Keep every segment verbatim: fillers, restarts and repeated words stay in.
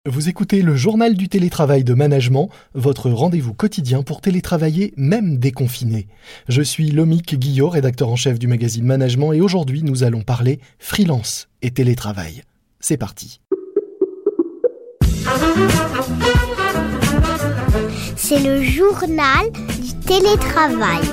Vous écoutez le journal du télétravail de Management, votre rendez-vous quotidien pour télétravailler même déconfiné. Je suis Lomique Guillot, rédacteur en chef du magazine Management, et aujourd'hui nous allons parler freelance et télétravail. C'est parti. C'est le journal du télétravail.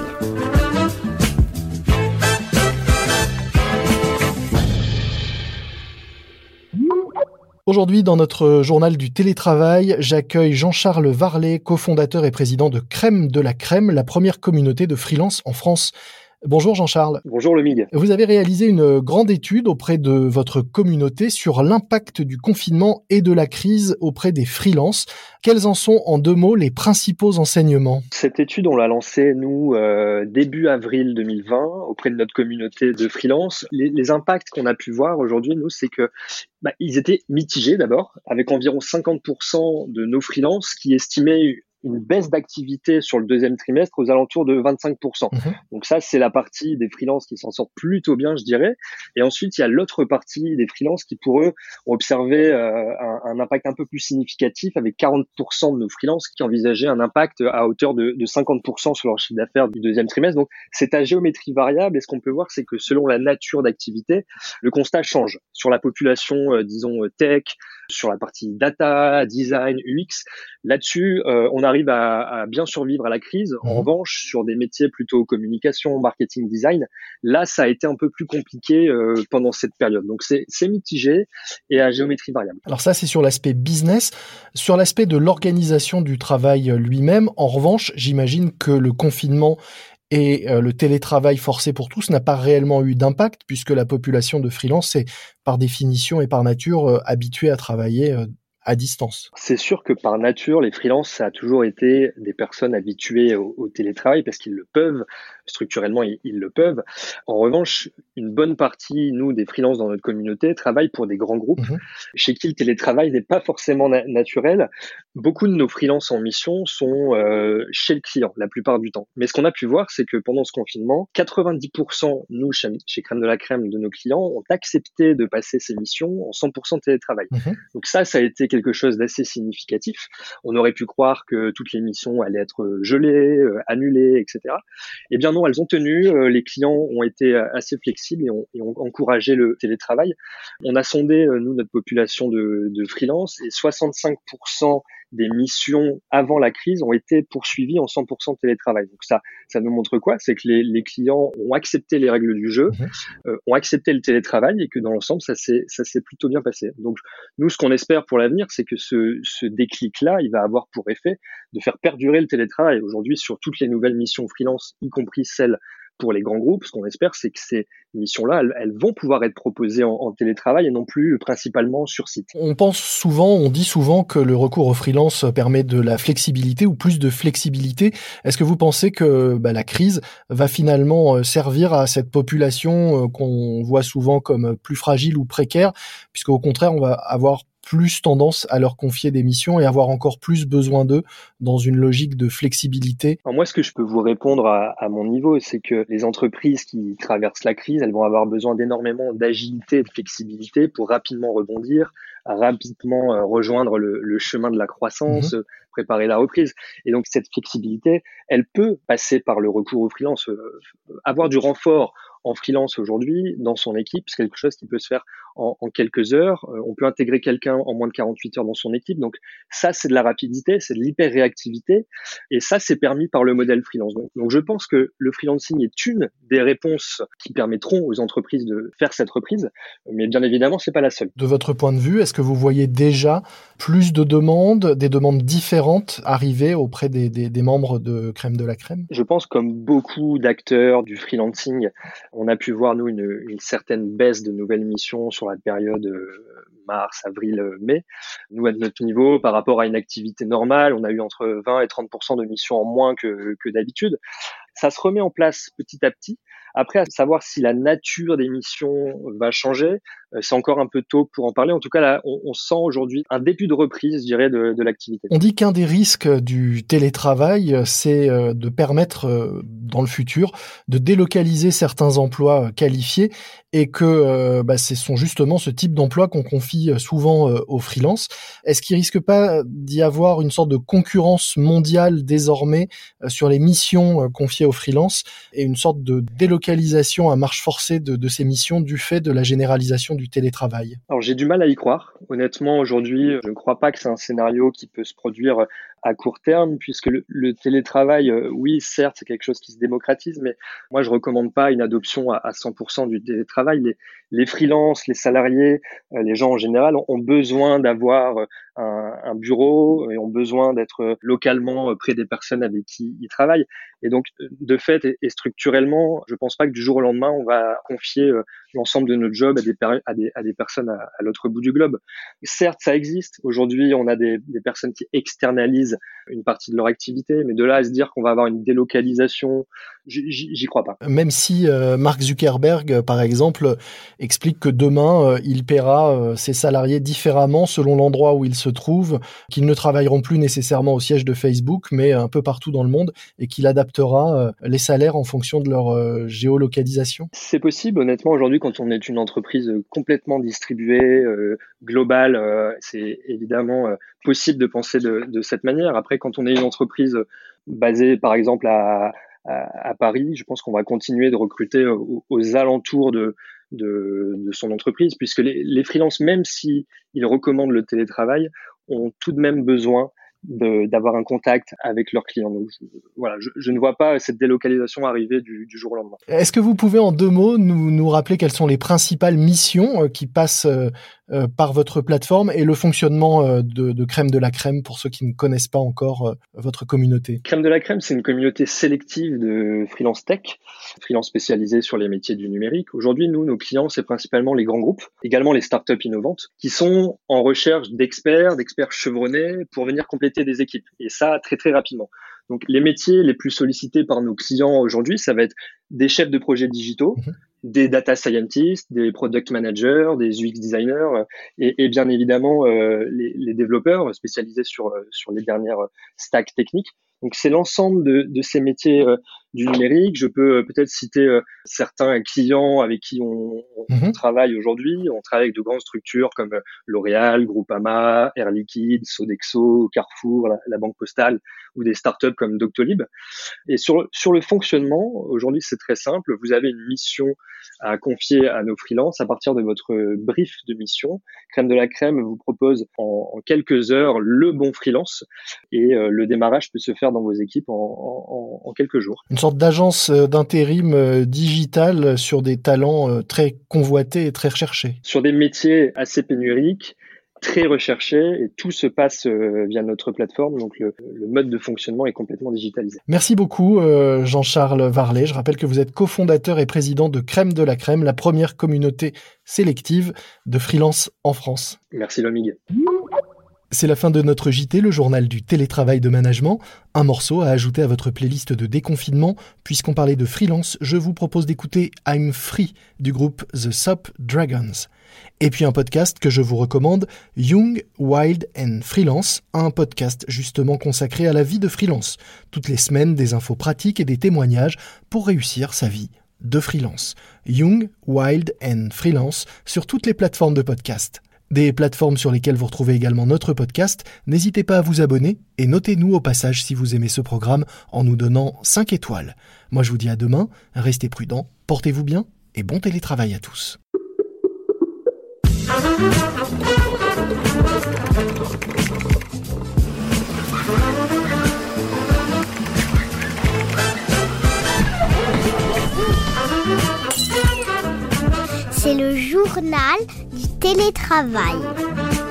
Aujourd'hui, dans notre journal du télétravail, j'accueille Jean-Charles Varlet, cofondateur et président de Crème de la Crème, la première communauté de freelance en France. Bonjour Jean-Charles. Bonjour Lomique. Vous avez réalisé une grande étude auprès de votre communauté sur l'impact du confinement et de la crise auprès des freelances. Quels en sont, en deux mots, les principaux enseignements ? Cette étude, on l'a lancée, nous, euh, début avril deux mille vingt, auprès de notre communauté de freelance. Les, les impacts qu'on a pu voir aujourd'hui, nous, c'est que bah, ils étaient mitigés d'abord, avec environ cinquante pour cent de nos freelances qui estimaient une baisse d'activité sur le deuxième trimestre aux alentours de vingt-cinq pour cent. Mmh. Donc ça, c'est la partie des freelances qui s'en sortent plutôt bien, je dirais. Et ensuite, il y a l'autre partie des freelances qui, pour eux, ont observé euh, un, un impact un peu plus significatif, avec quarante pour cent de nos freelances qui envisageaient un impact à hauteur de, de cinquante pour cent sur leur chiffre d'affaires du deuxième trimestre. Donc c'est à géométrie variable. Et ce qu'on peut voir, c'est que selon la nature d'activité, le constat change. Sur la population, euh, disons, tech, sur la partie data, design, U X, là-dessus, euh, on arrive à, à bien survivre à la crise. En mmh. revanche, sur des métiers plutôt communication, marketing, design, là, ça a été un peu plus compliqué euh, pendant cette période. Donc, c'est, c'est mitigé et à géométrie variable. Alors ça, c'est sur l'aspect business. Sur l'aspect de l'organisation du travail lui-même, en revanche, j'imagine que le confinement et euh, le télétravail forcé pour tous n'a pas réellement eu d'impact, puisque la population de freelance est, par définition et par nature, euh, habituée à travailler euh, à distance. C'est sûr que par nature, les freelances, ça a toujours été des personnes habituées au, au télétravail parce qu'ils le peuvent. Structurellement, ils, ils le peuvent. En revanche, une bonne partie, nous, des freelances dans notre communauté, travaillent pour des grands groupes mmh. chez qui le télétravail n'est pas forcément na- naturel. Beaucoup de nos freelances en mission sont euh, chez le client la plupart du temps. Mais ce qu'on a pu voir, c'est que pendant ce confinement, quatre-vingt-dix pour cent, nous, chez, chez Crème de la Crème, de nos clients, ont accepté de passer ces missions en cent pour cent télétravail. Mmh. Donc ça, ça a été quelque chose d'assez significatif. On aurait pu croire que toutes les missions allaient être gelées, euh, annulées, et cetera. Eh bien non, elles ont tenu. Euh, les clients ont été assez flexibles et ont, et ont encouragé le télétravail. On a sondé, euh, nous, notre population de, de freelance et soixante-cinq pour cent des missions avant la crise ont été poursuivies en cent pour cent télétravail. Donc ça, ça nous montre quoi ? C'est que les, les clients ont accepté les règles du jeu, mmh. euh, ont accepté le télétravail et que dans l'ensemble, ça s'est, ça s'est plutôt bien passé. Donc nous, ce qu'on espère pour l'avenir, c'est que ce, ce déclic-là, il va avoir pour effet de faire perdurer le télétravail. Aujourd'hui, sur toutes les nouvelles missions freelance, y compris celles pour les grands groupes, ce qu'on espère, c'est que ces missions-là, elles, elles vont pouvoir être proposées en, en télétravail et non plus principalement sur site. On pense souvent, on dit souvent que le recours au freelance permet de la flexibilité ou plus de flexibilité. Est-ce que vous pensez que bah, la crise va finalement servir à cette population qu'on voit souvent comme plus fragile ou précaire, puisqu'au contraire, on va avoir plus tendance à leur confier des missions et avoir encore plus besoin d'eux dans une logique de flexibilité? Alors moi, ce que je peux vous répondre à, à mon niveau, c'est que les entreprises qui traversent la crise, elles vont avoir besoin d'énormément d'agilité et de flexibilité pour rapidement rebondir, rapidement euh, rejoindre le, le chemin de la croissance, mmh. préparer la reprise. Et donc, cette flexibilité, elle peut passer par le recours au freelance. Euh, avoir du renfort en freelance aujourd'hui dans son équipe, c'est quelque chose qui peut se faire en, en quelques heures. Euh, on peut intégrer quelqu'un en moins de quarante-huit heures dans son équipe. Donc ça, c'est de la rapidité, c'est de l'hyper-réactivité. Et ça, c'est permis par le modèle freelance. Donc, donc je pense que le freelancing est une des réponses qui permettront aux entreprises de faire cette reprise. Mais bien évidemment, c'est pas la seule. De votre point de vue, est-ce que vous voyez déjà plus de demandes, des demandes différentes arriver auprès des, des, des membres de Crème de la Crème ? Je pense, comme beaucoup d'acteurs du freelancing, on a pu voir, nous, une, une certaine baisse de nouvelles missions sur la période euh, mars, avril, mai. Nous, à notre niveau, par rapport à une activité normale, on a eu entre vingt et trente pour cent de missions en moins que, que d'habitude. Ça se remet en place petit à petit. Après, à savoir si la nature des missions va changer, euh, c'est encore un peu tôt pour en parler. En tout cas, là, on, on sent aujourd'hui un début de reprise, je dirais, de, de l'activité. On dit qu'un des risques du télétravail, c'est de permettre, dans le futur, de délocaliser certains emplois qualifiés et que euh, bah, ce sont justement ce type d'emploi qu'on confie souvent euh, aux freelances. Est-ce qu'il risque pas d'y avoir une sorte de concurrence mondiale désormais euh, sur les missions euh, confiées aux freelances et une sorte de délocalisation à marche forcée de, de ces missions du fait de la généralisation du télétravail? Alors j'ai du mal à y croire. Honnêtement, aujourd'hui, je ne crois pas que c'est un scénario qui peut se produire à court terme, puisque le, le télétravail, euh, oui, certes, c'est quelque chose qui se démocratise, mais moi, je recommande pas une adoption à, à cent pour cent du télétravail. Les, les freelances, les salariés, euh, les gens en général ont, ont besoin d'avoir un, un bureau et ont besoin d'être localement près des personnes avec qui ils travaillent. Et donc, de fait et, et structurellement, je pense pas que du jour au lendemain, on va confier euh, l'ensemble de notre job à des, à des, à des personnes à, à l'autre bout du globe. Certes, ça existe. Aujourd'hui, on a des, des personnes qui externalisent une partie de leur activité, mais de là à se dire qu'on va avoir une délocalisation, j'y, j'y crois pas. Même si euh, Mark Zuckerberg, par exemple, explique que demain, euh, il paiera euh, ses salariés différemment selon l'endroit où ils se trouvent, qu'ils ne travailleront plus nécessairement au siège de Facebook, mais un peu partout dans le monde, et qu'il adaptera euh, les salaires en fonction de leur euh, géolocalisation. C'est possible, honnêtement, aujourd'hui, quand on est une entreprise complètement distribuée, euh, globale, euh, c'est évidemment euh, possible de penser de, de cette manière. Après, quand on est une entreprise basée, par exemple, à, à, à Paris, je pense qu'on va continuer de recruter aux, aux alentours de, de, de son entreprise, puisque les, les freelances, même s'ils recommandent le télétravail, ont tout de même besoin de, d'avoir un contact avec leurs clients. Donc, je, voilà, je, je ne vois pas cette délocalisation arriver du, du jour au lendemain. Est-ce que vous pouvez en deux mots nous, nous rappeler quelles sont les principales missions euh, qui passent euh, euh, par votre plateforme et le fonctionnement euh, de, de Crème de la Crème pour ceux qui ne connaissent pas encore euh, votre communauté? Crème de la Crème, c'est une communauté sélective de freelance tech, freelance spécialisés sur les métiers du numérique. Aujourd'hui, nous, nos clients, c'est principalement les grands groupes, également les startups innovantes, qui sont en recherche d'experts, d'experts chevronnés pour venir compléter des équipes, et ça très très rapidement. Donc les métiers les plus sollicités par nos clients aujourd'hui, ça va être des chefs de projets digitaux, mmh. des data scientists, des product managers, des U X designers et, et bien évidemment euh, les, les développeurs spécialisés sur sur les dernières stacks techniques. Donc c'est l'ensemble de, de ces métiers euh, du numérique. Je peux euh, peut-être citer euh, certains clients avec qui on, on mmh. travaille aujourd'hui. On travaille avec de grandes structures comme euh, L'Oréal, Groupama, Air Liquide, Sodexo, Carrefour, la, la Banque Postale ou des startups comme Doctolib. Et sur, sur le fonctionnement, aujourd'hui c'est très simple. Vous avez une mission à confier à nos freelances à partir de votre brief de mission. Crème de la Crème vous propose en, en quelques heures le bon freelance et euh, le démarrage peut se faire dans vos équipes en, en, en quelques jours. Une sorte d'agence d'intérim digital sur des talents très convoités et très recherchés. Sur des métiers assez pénuriques, très recherchés, et tout se passe via notre plateforme, donc le, le mode de fonctionnement est complètement digitalisé. Merci beaucoup euh, Jean-Charles Varlet. Je rappelle que vous êtes cofondateur et président de Crème de la Crème, la première communauté sélective de freelance en France. Merci Lomig. C'est la fin de notre J T, le journal du télétravail de management. Un morceau à ajouter à votre playlist de déconfinement. Puisqu'on parlait de freelance, je vous propose d'écouter I'm Free du groupe The Sop Dragons. Et puis un podcast que je vous recommande, Young, Wild and Freelance, un podcast justement consacré à la vie de freelance. Toutes les semaines, des infos pratiques et des témoignages pour réussir sa vie de freelance. Young, Wild and Freelance sur toutes les plateformes de podcast. Des plateformes sur lesquelles vous retrouvez également notre podcast. N'hésitez pas à vous abonner et notez-nous au passage si vous aimez ce programme en nous donnant cinq étoiles. Moi je vous dis à demain, restez prudents, portez-vous bien et bon télétravail à tous. C'est le journal du télétravail.